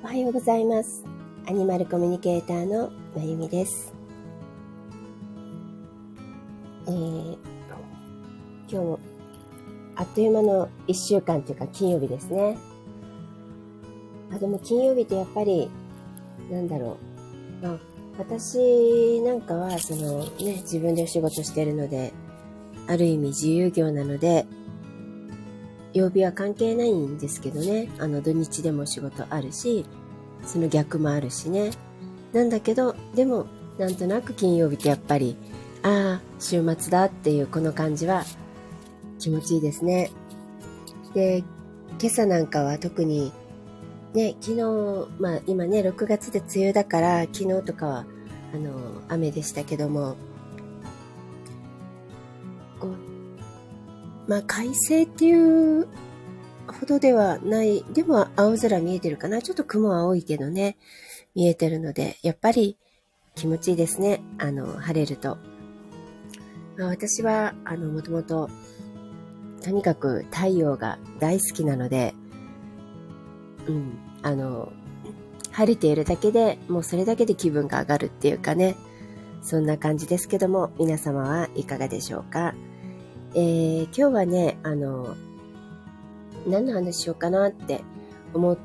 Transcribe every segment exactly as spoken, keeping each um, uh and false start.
おはようございます。アニマルコミュニケーターのまゆみです。えー、今日もあっという間のいっしゅうかんというか金曜日ですね。あでも金曜日ってやっぱりなんだろう、まあ、私なんかはその、ね、自分でお仕事してるので、ある意味自由業なので曜日は関係ないんですけどね。あの土日でも仕事あるし、その逆もあるしね。なんだけど、でもなんとなく金曜日ってやっぱり、ああ週末だっていうこの感じは気持ちいいですね。で、今朝なんかは特にね、昨日、まあ今ねろくがつで梅雨だから昨日とかはあの雨でしたけども、こうまあ快晴っていうほどではない。でも青空見えてるかな。ちょっと雲は青いけどね、見えてるので、やっぱり気持ちいいですね。あの、晴れると。まあ、私は、あの、もともと、とにかく太陽が大好きなので、うん、あの、晴れているだけでもうそれだけで気分が上がるっていうかね、そんな感じですけども、皆様はいかがでしょうか。えー、今日はね、あの、何の話しようかなって思って、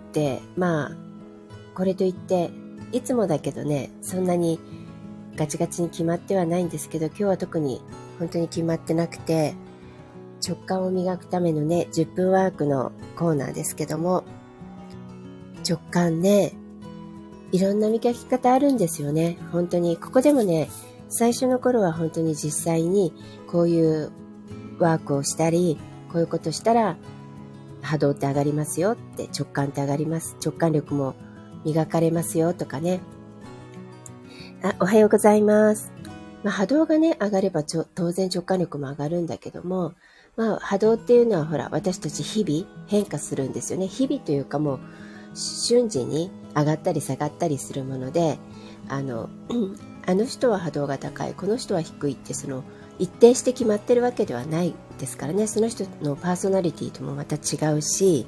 まあ、これといって、いつもだけどね、そんなにガチガチに決まってはないんですけど、今日は特に本当に決まってなくて、直感を磨くためのね、じゅっぷんワークのコーナーですけども、直感ね、いろんな磨き方あるんですよね。本当に、ここでもね、最初の頃は本当に実際にこういうワークをしたり、こういうことしたら波動って上がりますよって、直感って上がります。直感力も磨かれますよとかね。あ、おはようございます。まあ、波動がね、上がればちょ当然直感力も上がるんだけども、まあ、波動っていうのはほら、私たち日々変化するんですよね。日々というかもう、瞬時に上がったり下がったりするもので、あの、あの人は波動が高い、この人は低いって、その、一定して決まってるわけではないですからね。その人のパーソナリティともまた違うし、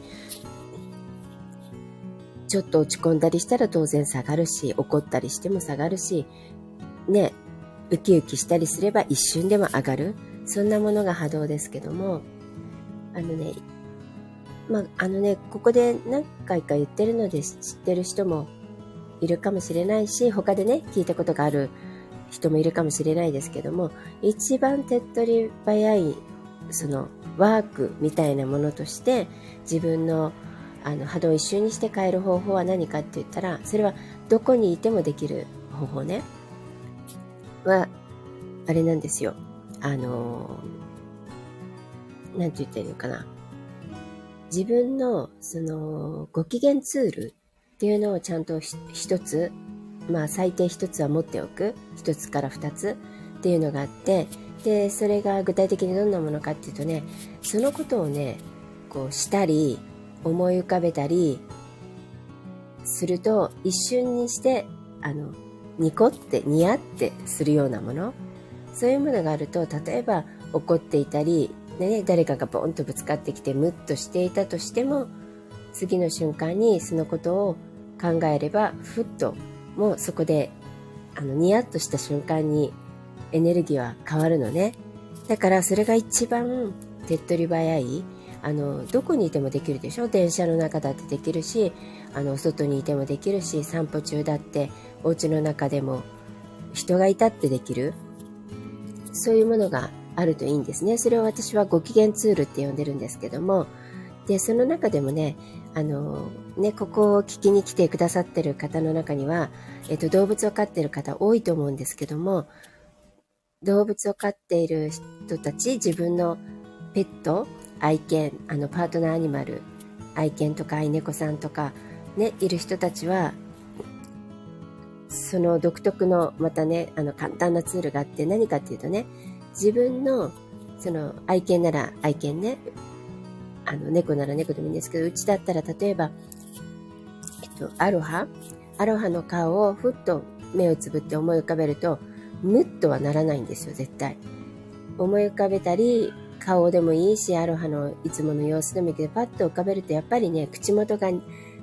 ちょっと落ち込んだりしたら当然下がるし、怒ったりしても下がるし、ね、ウキウキしたりすれば一瞬でも上がる。そんなものが波動ですけども、あのね、まあ、あのね、ここで何回か言ってるので知ってる人もいるかもしれないし、他でね、聞いたことがある人もいるかもしれないですけども、一番手っ取り早い、そのワークみたいなものとして、自分のあの波動を一瞬にして変える方法は何かって言ったら、それはどこにいてもできる方法ね。は、あれなんですよ。あの、なんて言ったらいいのかな。自分の、その、ご機嫌ツールっていうのをちゃんと一つ、まあ最低一つは持っておく。一つから二つっていうのがあって、で、それが具体的にどんなものかっていうとね、そのことをね、こうしたり、思い浮かべたりすると、一瞬にして、あの、ニコってニヤってするようなもの、そういうものがあると、例えば怒っていたり、ね、誰かがボンとぶつかってきてムッとしていたとしても、次の瞬間にそのことを考えれば、ふっともうそこであのニヤッとした瞬間にエネルギーは変わるのね。だからそれが一番手っ取り早い。あのどこにいてもできるでしょ。電車の中だってできるし、あの外にいてもできるし、散歩中だってお家の中でも人がいたってできる。そういうものがあるといいんですね。それを私はご機嫌ツールって呼んでるんですけども、でその中でもね、あのねここを聞きに来てくださってる方の中には、えっと、動物を飼ってる方多いと思うんですけども、動物を飼っている人たち、自分のペット、愛犬、あのパートナーアニマル、愛犬とか愛猫さんとかね、いる人たちは、その独特のまたね、あの簡単なツールがあって、何かっていうとね、自分のその愛犬なら愛犬ね、あの猫なら猫でもいいんですけど、うちだったら例えば、えっと、アロハアロハの顔をふっと目をつぶって思い浮かべると、ムッとはならないんですよ、絶対。思い浮かべたり、顔でもいいし、アロハのいつもの様子でもいいけど、パッと浮かべるとやっぱりね、口元が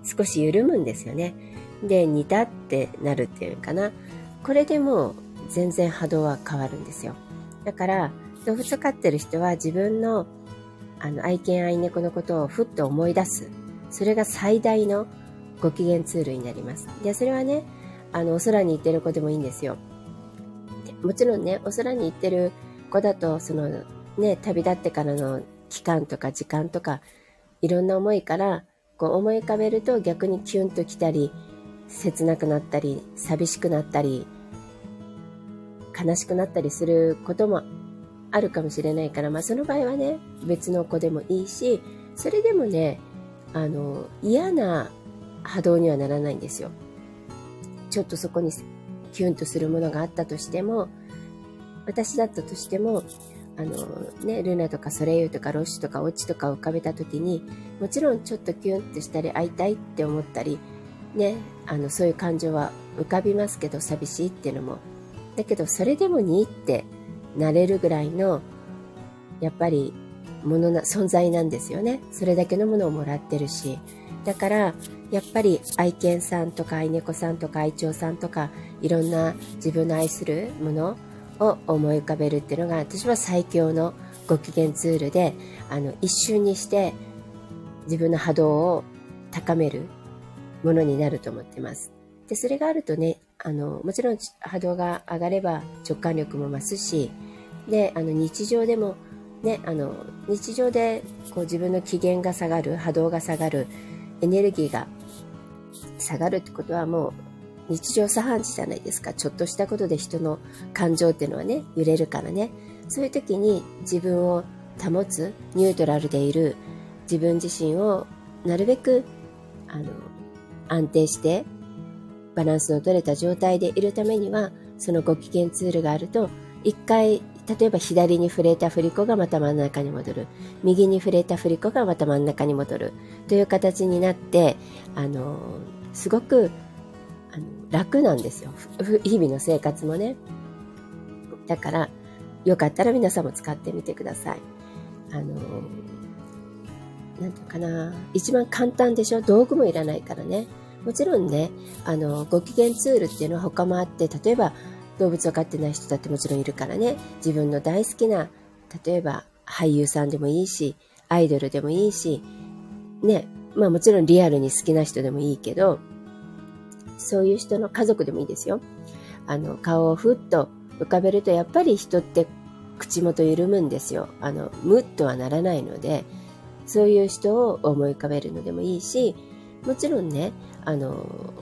少し緩むんですよね。で、似たってなるっていうかな。これでもう全然波動は変わるんですよ。だから、動物を飼ってる人は自分のあの愛犬愛猫のことをふっと思い出す。それが最大のご機嫌ツールになります。で、それはね、あの、お空に行ってる子でもいいんですよ。もちろんね、お空に行ってる子だと、そのね、旅立ってからの期間とか時間とか、いろんな思いから、こう思い浮かべると逆にキュンときたり、切なくなったり、寂しくなったり、悲しくなったりすることもあるかもしれないから、まあその場合はね、別の子でもいいし、それでもね、あの、嫌な波動にはならないんですよ。ちょっとそこにキュンとするものがあったとしても、私だったとしても、あのね、ルナとかソレイユとかロッシュとかオチとかを浮かべた時に、もちろんちょっとキュンとしたり会いたいって思ったり、ね、あのそういう感情は浮かびますけど、寂しいっていうのも。だけどそれでもにってなれるぐらいの、やっぱりものな存在なんですよね。それだけのものをもらってるし。だからやっぱり愛犬さんとか愛猫さんとか愛鳥さんとか、いろんな自分の愛するものを思い浮かべるっていうのが、私は最強のご機嫌ツールで、あの一瞬にして自分の波動を高めるものになると思ってます。で、それがあるとね、あのもちろん波動が上がれば直感力も増すし、で、あの日常でもね、あの日常でこう自分の機嫌が下がる、波動が下がる、エネルギーが下がるってことはもう日常茶飯事じゃないですか。ちょっとしたことで人の感情っていうのはね、揺れるからね。そういう時に自分を保つ、ニュートラルでいる自分自身をなるべくあの安定してバランスの取れた状態でいるためには、そのご機嫌ツールがあると、一回例えば左に触れた振り子がまた真ん中に戻る、右に触れた振り子がまた真ん中に戻るという形になって、あのすごくあの楽なんですよ、日々の生活もね。だからよかったら皆さんも使ってみてください。あのなんていうかな、一番簡単でしょ。道具もいらないからね。もちろんね、あのご機嫌ツールっていうのは他もあって、例えば動物を飼ってない人だってもちろんいるからね、自分の大好きな、例えば俳優さんでもいいし、アイドルでもいいし、ね、まあもちろんリアルに好きな人でもいいけど、そういう人の家族でもいいですよ。あの、顔をふっと浮かべると、やっぱり人って口元緩むんですよ。あの、ムッとはならないので、そういう人を思い浮かべるのでもいいし、もちろんね、あの、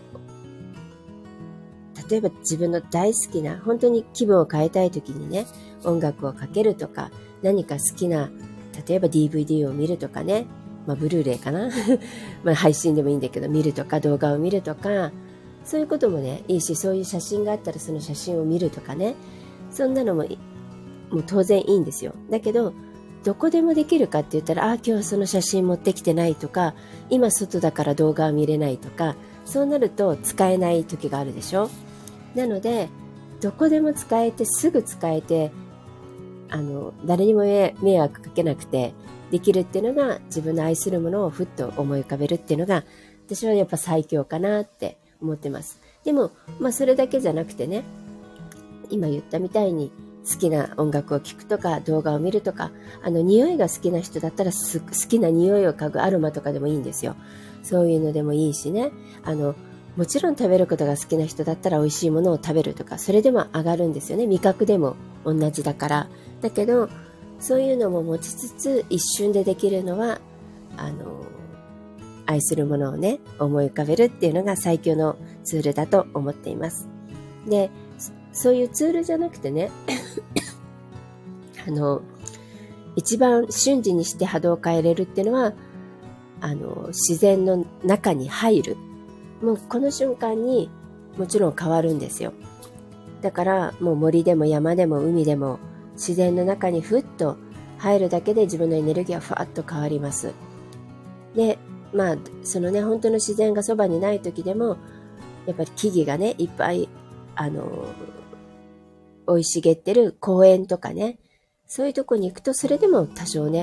例えば自分の大好きな、本当に気分を変えたい時にね、音楽をかけるとか、何か好きな、例えば ディーブイディー を見るとかね、まあブルーレイかなまあ配信でもいいんだけど、見るとか動画を見るとか、そういうこともね、いいし、そういう写真があったらその写真を見るとかね、そんなのも、もう当然いいんですよ。だけど、どこでもできるかって言ったら、ああ、今日その写真持ってきてないとか、今外だから動画は見れないとか、そうなると使えない時があるでしょ。なので、どこでも使えて、すぐ使えて、あの、誰にも迷惑かけなくてできるっていうのが、自分の愛するものをふっと思い浮かべるっていうのが、私はやっぱ最強かなって思ってます。でも、まあそれだけじゃなくてね、今言ったみたいに好きな音楽を聴くとか動画を見るとか、あの匂いが好きな人だったら好きな匂いを嗅ぐアロマとかでもいいんですよ。そういうのでもいいしね、あのもちろん食べることが好きな人だったら美味しいものを食べるとか、それでも上がるんですよね。味覚でも同じだから。だけどそういうのも持ちつつ、一瞬でできるのはあの愛するものをね、思い浮かべるっていうのが最強のツールだと思っています。で、そういうツールじゃなくてねあの一番瞬時にして波動を変えれるっていうのは、あの自然の中に入る。もうこの瞬間にもちろん変わるんですよ。だからもう森でも山でも海でも自然の中にふっと入るだけで自分のエネルギーはふわっと変わります。で、まあそのね、本当の自然がそばにない時でもやっぱり木々がね、いっぱいあの生い茂ってる公園とかね、そういうとこに行くと、それでも多少ね、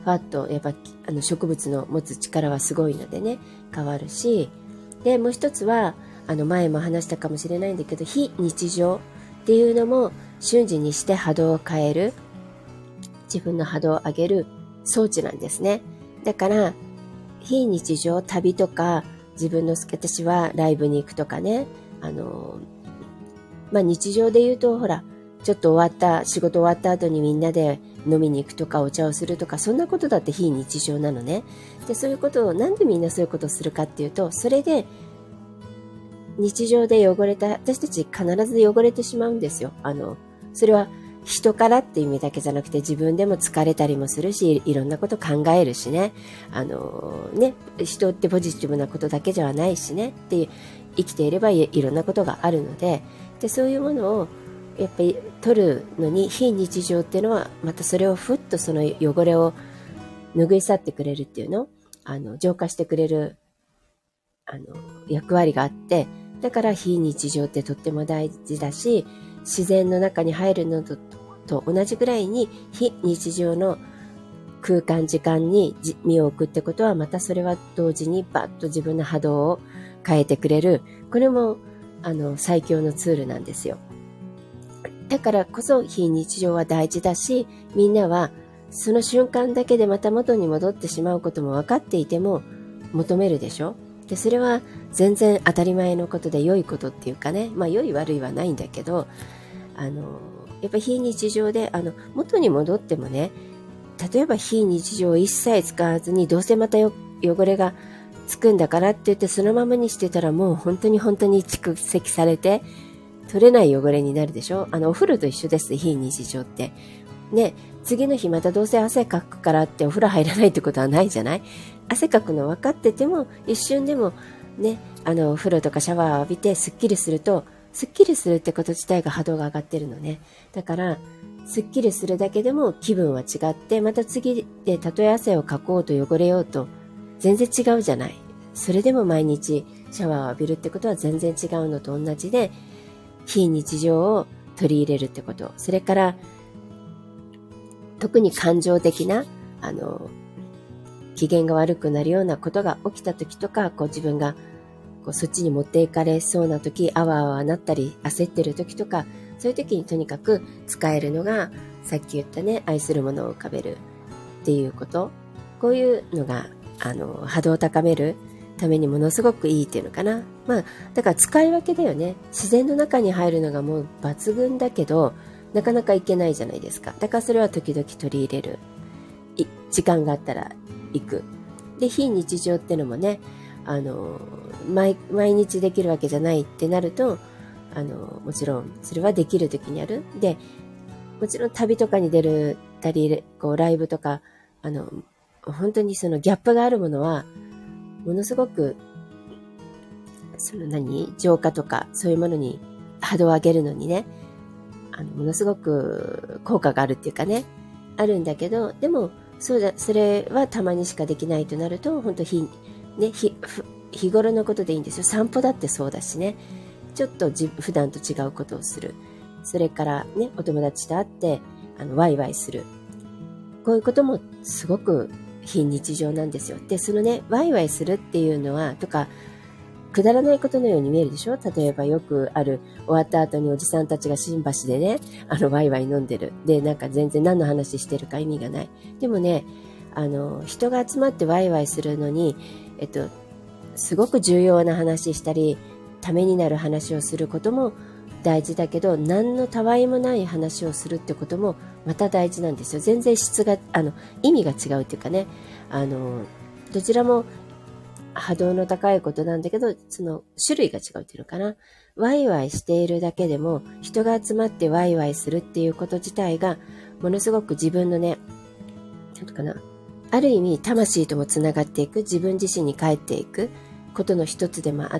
ファット、やっぱあの植物の持つ力はすごいのでね、変わるし、で、もう一つは、あの前も話したかもしれないんだけど、非日常っていうのも瞬時にして波動を変える、自分の波動を上げる装置なんですね。だから、非日常、旅とか、自分の、私はライブに行くとかね、あの、まあ日常で言うと、ほら、ちょっと終わった、仕事終わった後にみんなで飲みに行くとかお茶をするとか、そんなことだって非日常なのね。で、そういうことを、なんでみんなそういうことをするかっていうと、それで、日常で汚れた、私たち必ず汚れてしまうんですよ。あの、それは人からって意味だけじゃなくて、自分でも疲れたりもするし、いろんなこと考えるしね。あの、ね、人ってポジティブなことだけじゃないしね。っていう、生きていれば い, いろんなことがあるので、で、そういうものを、やっぱり取るのに非日常っていうのはまたそれをふっとその汚れを拭い去ってくれるっていうの、あの浄化してくれるあの役割があって、だから非日常ってとっても大事だし、自然の中に入るの と, と同じぐらいに非日常の空間時間に身を置くってことは、またそれは同時にバッと自分の波動を変えてくれる、これもあの最強のツールなんですよ。だからこそ非日常は大事だし、みんなはその瞬間だけでまた元に戻ってしまうことも分かっていても求めるでしょ。で、それは全然当たり前のことで良いことっていうかね、まあ良い悪いはないんだけど、あの、やっぱ非日常で、あの、元に戻ってもね、例えば非日常を一切使わずにどうせまたよ汚れがつくんだからって言ってそのままにしてたら、もう本当に本当に蓄積されて、取れない汚れになるでしょ。あの、お風呂と一緒です、非日常って。ね、次の日またどうせ汗かくからってお風呂入らないってことはないじゃない。汗かくの分かってても、一瞬でもね、あの、お風呂とかシャワーを浴びてスッキリすると、スッキリするってこと自体が波動が上がってるのね。だから、スッキリするだけでも気分は違って、また次でたとえ汗をかこうと汚れようと、全然違うじゃない。それでも毎日シャワーを浴びるってことは全然違うのと同じで、非日常を取り入れるってこと。それから、特に感情的な、あの、機嫌が悪くなるようなことが起きた時とか、こう自分がこうそっちに持っていかれそうな時、あわあわなったり、焦ってる時とか、そういう時にとにかく使えるのが、さっき言ったね、愛するものを浮かべるっていうこと。こういうのが、あの、波動を高めるためにものすごくいいっていうのかな。まあ、だから使い分けだよね。自然の中に入るのがもう抜群だけど、なかなかいけないじゃないですか。だからそれは時々取り入れる。い時間があったら行く。で、非日常ってのもね、あの、毎、毎日できるわけじゃないってなると、あの、もちろん、それはできる時にやる。で、もちろん旅とかに出るたり、こう、ライブとか、あの、本当にそのギャップがあるものは、ものすごく、その何浄化とか、そういうものに波動を上げるのにね、あの、ものすごく効果があるっていうかね、あるんだけど、でも、そうだ、それはたまにしかできないとなると、本当日、ね、日、日頃のことでいいんですよ。散歩だってそうだしね。ちょっとじ普段と違うことをする。それからね、お友達と会って、あの、ワイワイする。こういうこともすごく非日常なんですよ。で、そのね、ワイワイするっていうのは、とか、くだらないことのように見えるでしょ。例えばよくある、終わった後におじさんたちが新橋でね、あの、ワイワイ飲んでる。で、なんか全然何の話してるか意味がない。でもね、あの、人が集まってワイワイするのに、えっと、すごく重要な話したり、ためになる話をすることも大事だけど、何のたわいもない話をするってこともまた大事なんですよ。全然質が、あの、意味が違うっていうかね、あの、どちらも波動の高いことなんだけど、その種類が違うっていうのかな。ワイワイしているだけでも、人が集まってワイワイするっていうこと自体が、ものすごく自分のね、なんとかな、ある意味魂ともつながっていく、自分自身に帰っていくことの一つでもあって、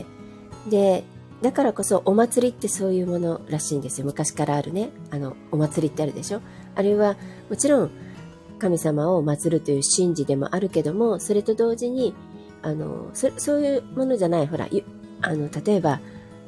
で、だからこそお祭りってそういうものらしいんですよ。昔からあるね。あの、お祭りってあるでしょ。あれはもちろん神様を祀るという神事でもあるけども、それと同時に、あの、そ、そういうものじゃない、ほら、あの、例えば、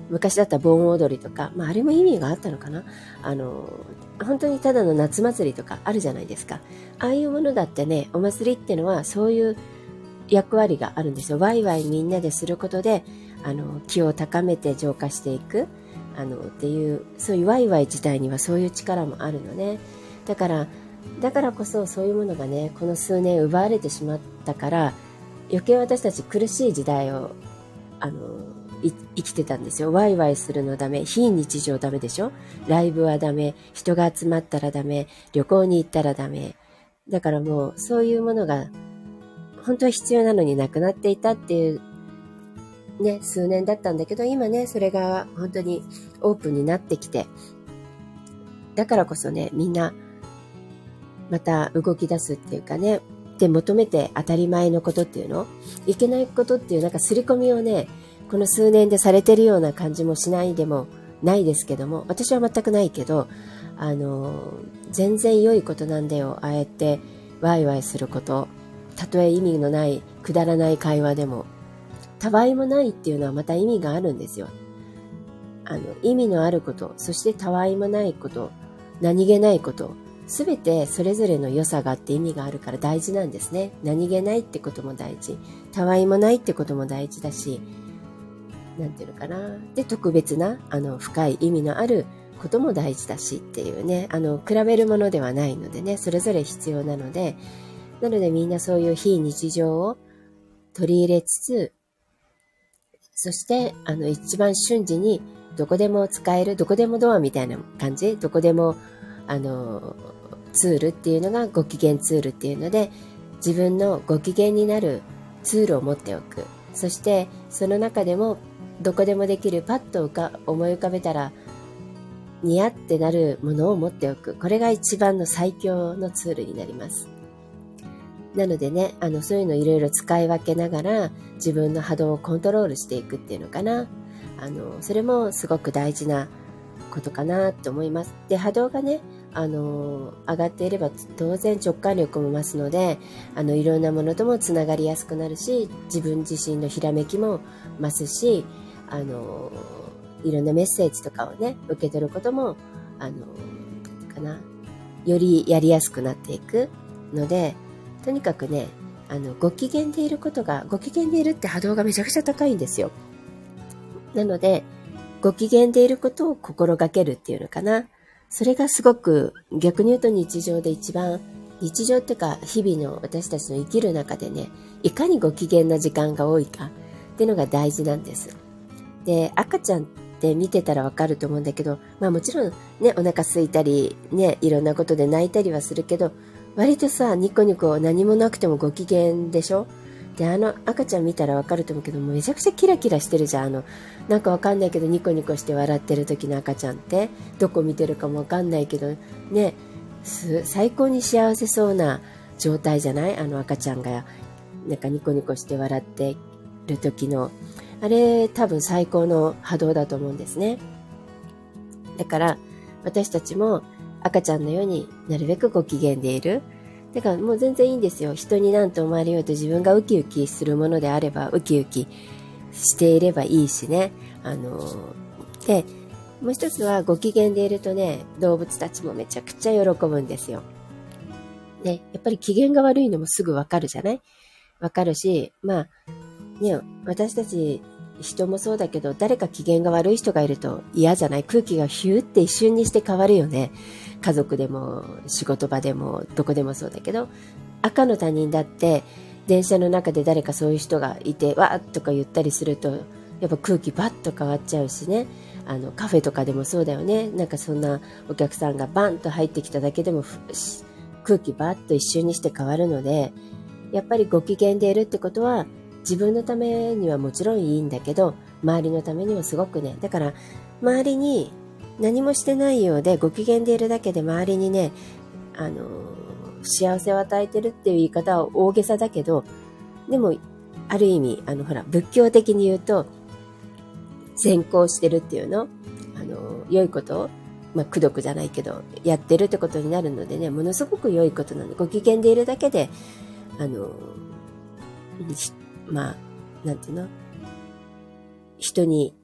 昔だったら盆踊りとか、まああれも意味があったのかな。あの、本当にただの夏祭りとかあるじゃないですか。ああいうものだってね、お祭りってのはそういう役割があるんですよ。ワイワイみんなですることで、あの、気を高めて浄化していく、あの、っていう、そういうワイワイ自体にはそういう力もあるのね。だから、だからこそそういうものがね、この数年奪われてしまったから、余計私たち苦しい時代を、あの、生きてたんですよ。ワイワイするのダメ。非日常ダメでしょ。ライブはダメ。人が集まったらダメ。旅行に行ったらダメ。だからもうそういうものが本当は必要なのになくなっていたっていうね、数年だったんだけど、今ね、それが本当にオープンになってきて、だからこそね、みんなまた動き出すっていうかね、で求めて当たり前のことっていうの、いけないことっていうなんか刷り込みをね、この数年でされてるような感じもしないでもないですけども、私は全くないけど、あの、全然良いことなんだよ。ああやってワイワイすること。たとえ意味のない、くだらない会話でも。たわいもないっていうのはまた意味があるんですよ。あの、意味のあること、そしてたわいもないこと、何気ないこと、すべてそれぞれの良さがあって意味があるから大事なんですね。何気ないってことも大事。たわいもないってことも大事だし、なんていうのかな。で、特別な、あの、深い意味のあることも大事だしっていうね、あの、比べるものではないのでね、それぞれ必要なので、なのでみんなそういう非日常を取り入れつつ、そして、あの、一番瞬時にどこでも使える、どこでもドアみたいな感じ、どこでも、あの、ツールっていうのがご機嫌ツールっていうので、自分のご機嫌になるツールを持っておく。そして、その中でも、どこでもできる、パッと浮か思い浮かべたら、似合ってなるものを持っておく。これが一番の最強のツールになります。なのでね、あの、そういうのいろいろ使い分けながら、自分の波動をコントロールしていくっていうのかな。あの、それもすごく大事なことかなと思います。で、波動がね、あの、上がっていれば当然直感力も増すので、あの、いろんなものともつながりやすくなるし、自分自身のひらめきも増すし、あの、いろんなメッセージとかをね、受け取ることも、あの、かな、よりやりやすくなっていくので、とにかくね、あの、ご機嫌でいることが、ご機嫌でいるって波動がめちゃくちゃ高いんですよ。なので、ご機嫌でいることを心がけるっていうのかな。それがすごく、逆に言うと日常で一番、日常っていうか、日々の私たちの生きる中でね、いかにご機嫌な時間が多いかっていうのが大事なんです。で、赤ちゃんって見てたらわかると思うんだけど、まあもちろんね、お腹空いたり、ね、いろんなことで泣いたりはするけど、割とさ、ニコニコ何もなくてもご機嫌でしょ。で、あの赤ちゃん見たらわかると思うけど、もうめちゃくちゃキラキラしてるじゃん。あの、なんかわかんないけどニコニコして笑ってる時の赤ちゃんって、どこ見てるかもわかんないけど、ね、最高に幸せそうな状態じゃない？あの赤ちゃんが、なんかニコニコして笑ってる時の、あれ多分最高の波動だと思うんですね。だから、私たちも赤ちゃんのようになるべくご機嫌でいる。だからもう全然いいんですよ。人に何と思われようと自分がウキウキするものであればウキウキしていればいいしね。あのー、で、もう一つはご機嫌でいるとね、動物たちもめちゃくちゃ喜ぶんですよ。ね、やっぱり機嫌が悪いのもすぐわかるじゃない？わかるし、まあ、ね、私たち人もそうだけど、誰か機嫌が悪い人がいると嫌じゃない？空気がヒューって一瞬にして変わるよね。家族でも仕事場でもどこでもそうだけど、赤の他人だって電車の中で誰かそういう人がいてわーっとか言ったりすると、やっぱ空気バッと変わっちゃうしね。あのカフェとかでもそうだよね。なんかそんなお客さんがバンと入ってきただけでも空気バッと一瞬にして変わるので、やっぱりご機嫌でいるってことは自分のためにはもちろんいいんだけど、周りのためにもすごくね。だから周りに何もしてないようでご機嫌でいるだけで周りにね、あの幸せを与えてるっていう言い方は大げさだけど、でもある意味あのほら仏教的に言うと善行してるっていうの、あの良いことを、まあ功徳じゃないけどやってるってことになるのでね、ものすごく良いことなの。ご機嫌でいるだけであのまあなんていうの、人に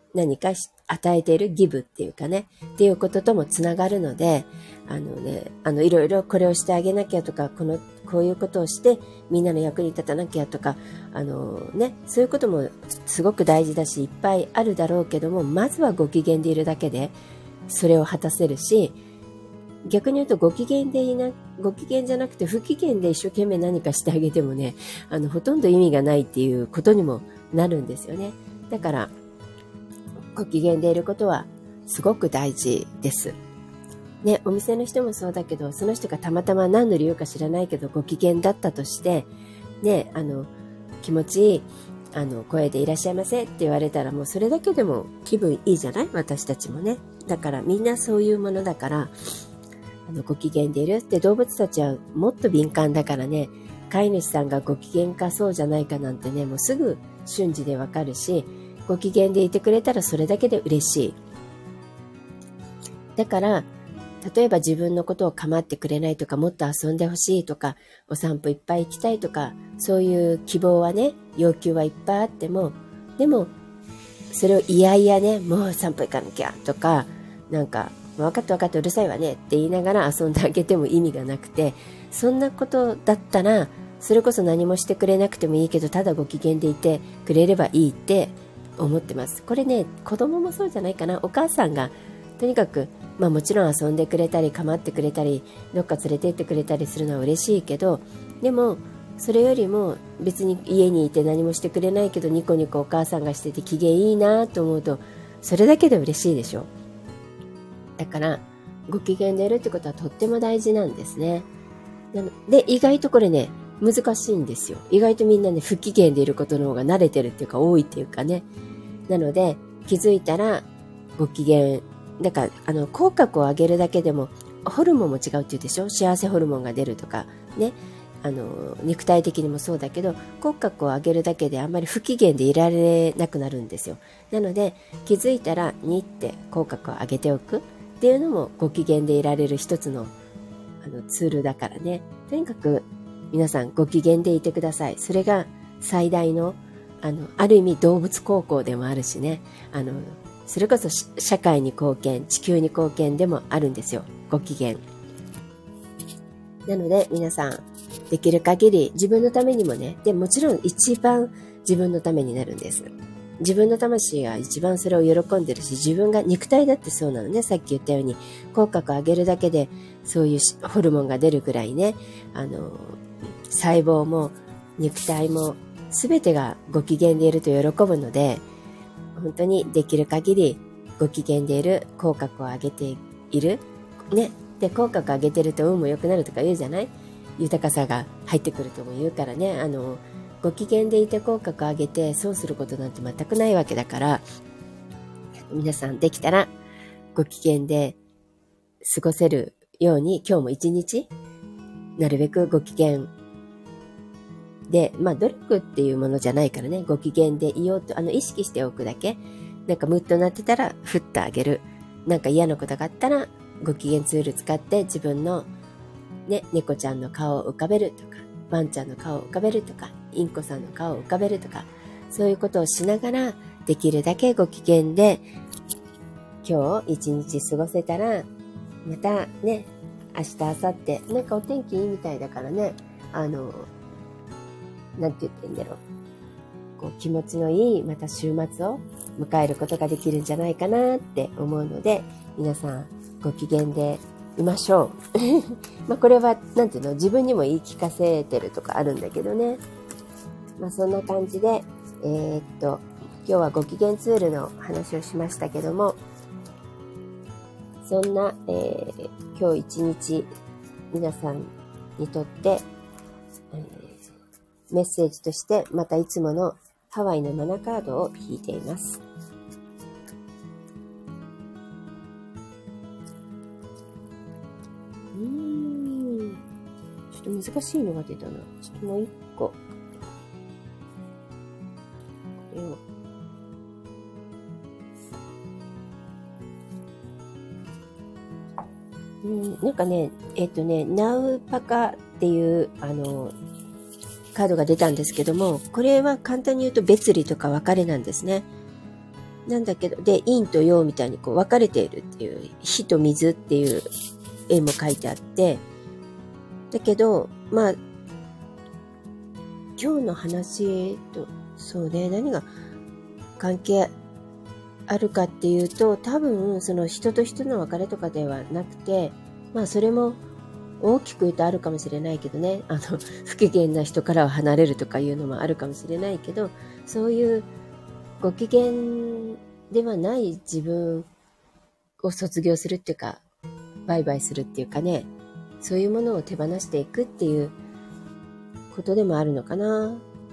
何か与えているギブっていうかね、っていうことともつながるので、あのね、あの、いろいろこれをしてあげなきゃとか、この、こういうことをしてみんなの役に立たなきゃとか、あのね、そういうこともすごく大事だし、いっぱいあるだろうけども、まずはご機嫌でいるだけで、それを果たせるし、逆に言うとご機嫌でいな、ご機嫌じゃなくて不機嫌で一生懸命何かしてあげてもね、あの、ほとんど意味がないっていうことにもなるんですよね。だから、ご機嫌でいることはすごく大事です。ね、お店の人もそうだけど、その人がたまたま何の理由か知らないけどご機嫌だったとして、ね、あの、気持ちいい、あの、声でいらっしゃいませって言われたらもうそれだけでも気分いいじゃない？私たちもね。だからみんなそういうものだから、あの、ご機嫌でいるって動物たちはもっと敏感だからね、飼い主さんがご機嫌かそうじゃないかなんてね、もうすぐ瞬時でわかるし、ご機嫌でいてくれたらそれだけで嬉しい。だから、例えば自分のことを構ってくれないとか、もっと遊んでほしいとか、お散歩いっぱい行きたいとか、そういう希望はね、要求はいっぱいあっても、でも、それをいやいやね、もう散歩行かなきゃとか、なんか、分かった分かったうるさいわねって言いながら遊んであげても意味がなくて、そんなことだったら、それこそ何もしてくれなくてもいいけど、ただご機嫌でいてくれればいいって思ってます。これね、子供もそうじゃないかな。お母さんが、とにかく、まあもちろん遊んでくれたり、構ってくれたり、どっか連れて行ってくれたりするのは嬉しいけど、でも、それよりも別に家にいて何もしてくれないけど、ニコニコお母さんがしてて機嫌いいなと思うと、それだけで嬉しいでしょ。だから、ご機嫌でいるってことはとっても大事なんですね。で、意外とこれね、難しいんですよ。意外とみんなね、不機嫌でいることの方が慣れてるっていうか多いっていうかね。なので、気づいたらご機嫌。だから、あの、口角を上げるだけでも、ホルモンも違うって言うでしょ？幸せホルモンが出るとか、ね。あの、肉体的にもそうだけど、口角を上げるだけであんまり不機嫌でいられなくなるんですよ。なので、気づいたら、にって口角を上げておくっていうのもご機嫌でいられる一つの、あの、ツールだからね。とにかく、皆さんご機嫌でいてください。それが最大の、あの、ある意味動物孝行でもあるしね。あの、それこそ社会に貢献、地球に貢献でもあるんですよ。ご機嫌。なので皆さん、できる限り自分のためにもね、でもちろん一番自分のためになるんです。自分の魂が一番それを喜んでるし、自分が肉体だってそうなのね。さっき言ったように、口角上げるだけでそういうホルモンが出るぐらいね、あの、細胞も肉体も全てがご機嫌でいると喜ぶので、本当にできる限りご機嫌でいる、口角を上げている。ね。で、口角上げてると運も良くなるとか言うじゃない？豊かさが入ってくるとも言うからね。あの、ご機嫌でいて口角上げて損することなんて全くないわけだから、皆さんできたらご機嫌で過ごせるように今日も一日なるべくご機嫌で、まあ努力っていうものじゃないからね、ご機嫌でいようと、あの意識しておくだけ。なんかムッとなってたら振ってあげる。なんか嫌なことがあったらご機嫌ツール使って自分のね、猫ちゃんの顔を浮かべるとか、ワンちゃんの顔を浮かべるとか、インコさんの顔を浮かべるとか、そういうことをしながらできるだけご機嫌で今日一日過ごせたら、またね、明日、明後日、なんかお天気いいみたいだからね、あの、なんて言ってんだろう。こう気持ちのいいまた週末を迎えることができるんじゃないかなって思うので、皆さんご機嫌でいましょう。まあこれはなんていうの、自分にも言い聞かせてるとかあるんだけどね。まあそんな感じで、えー、っと今日はご機嫌ツールの話をしましたけども、そんな、えー、今日一日皆さんにとって、えー、メッセージとしてまたいつものハワイのマナカードを引いています。うーん。ちょっと難しいのが出たな。ちょっともう一個。これを。うん、なんかね、えっとね、ナウパカっていう、あの、カードが出たんですけども、これは簡単に言うと別離とか別れなんですね。 なんだけど、で、陰と陽みたいにこう分かれているっていう、火と水っていう絵も描いてあって、だけど、まあ、今日の話と、そうね、何が関係あるかっていうと、多分、その人と人の別れとかではなくて、まあ、それも大きく言うとあるかもしれないけどね、あの、不機嫌な人からは離れるとかいうのもあるかもしれないけど、そういうご機嫌ではない自分を卒業するっていうか、バイバイするっていうかね、そういうものを手放していくっていうことでもあるのかな。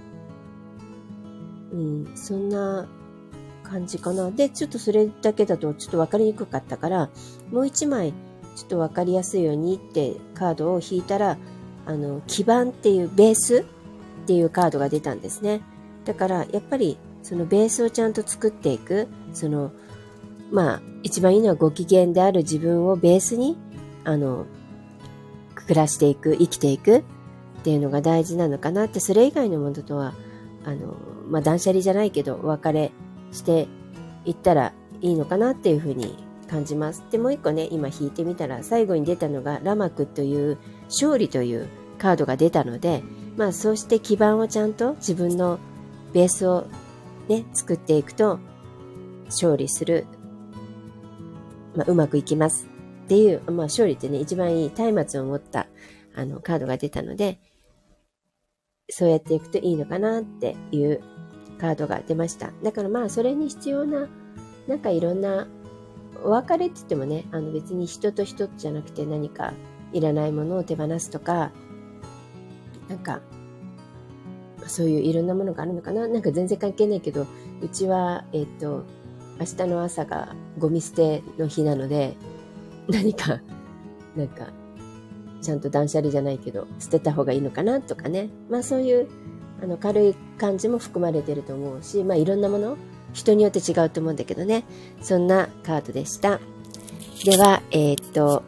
うん、そんな感じかな。で、ちょっとそれだけだとちょっとわかりにくかったから、もう一枚ちょっとわかりやすいようにってカードを引いたら、あの、基盤っていうベースっていうカードが出たんですね。だからやっぱりそのベースをちゃんと作っていく、その、まあ、一番いいのはご機嫌である自分をベースに、あの、暮らしていく、生きていくっていうのが大事なのかなって、それ以外のものとは、あの、まあ、断捨離じゃないけど、お別れしていったらいいのかなっていうふうに感じます。で、もう一個ね、今引いてみたら、最後に出たのが、ラマクという勝利というカードが出たので、まあ、そうして基盤をちゃんと自分のベースをね、作っていくと、勝利する、まあ、うまくいきますっていう、まあ、勝利ってね、一番いい松明を持ったあのカードが出たので、そうやっていくといいのかなっていうカードが出ました。だからまあ、それに必要な、なんかいろんな、お別れって言ってもね、あの別に人と人じゃなくて何かいらないものを手放すとか、なんか、そういういろんなものがあるのかな。なんか全然関係ないけど、うちは、えっと、明日の朝がゴミ捨ての日なので、何か、なんか、ちゃんと断捨離じゃないけど、捨てた方がいいのかなとかね。まあそういう、あの、軽い感じも含まれてると思うし、まあいろんなもの、人によって違うと思うんだけどね。そんなカードでした。では、えー、っと、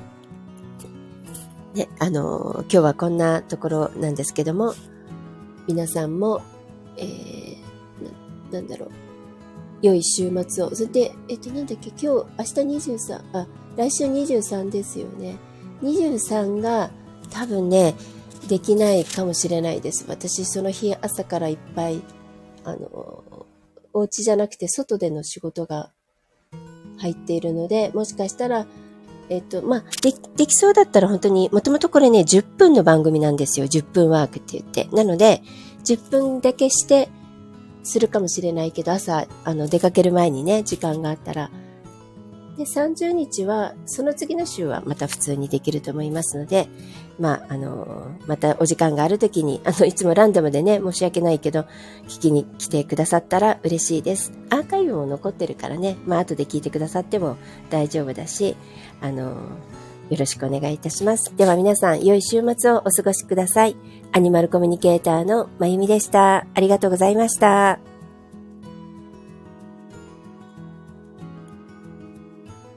ね、あの、今日はこんなところなんですけども、皆さんも、えー、な、なんだろう。良い週末を。それで、えっと、なんだっけ、今日、明日にじゅうさん、あ、来週にじゅうさんですよね。にじゅうさんが多分ね、できないかもしれないです。私、その日朝からいっぱい、あの、お家じゃなくて外での仕事が入っているので、もしかしたら、えっと、まあ、で、できそうだったら本当に、もともとこれね、じゅっぷんの番組なんですよ。じゅっぷんワークって言って。なので、じゅっぷんだけして、するかもしれないけど、朝、あの、出かける前にね、時間があったら。で、さんじゅうにちは、その次の週はまた普通にできると思いますので、まあ、あの、またお時間があるときに、あの、いつもランダムでね、申し訳ないけど、聞きに来てくださったら嬉しいです。アーカイブも残ってるからね、まあ、後で聞いてくださっても大丈夫だし、あの、よろしくお願いいたします。では皆さん、良い週末をお過ごしください。アニマルコミュニケーターのまゆみでした。ありがとうございました。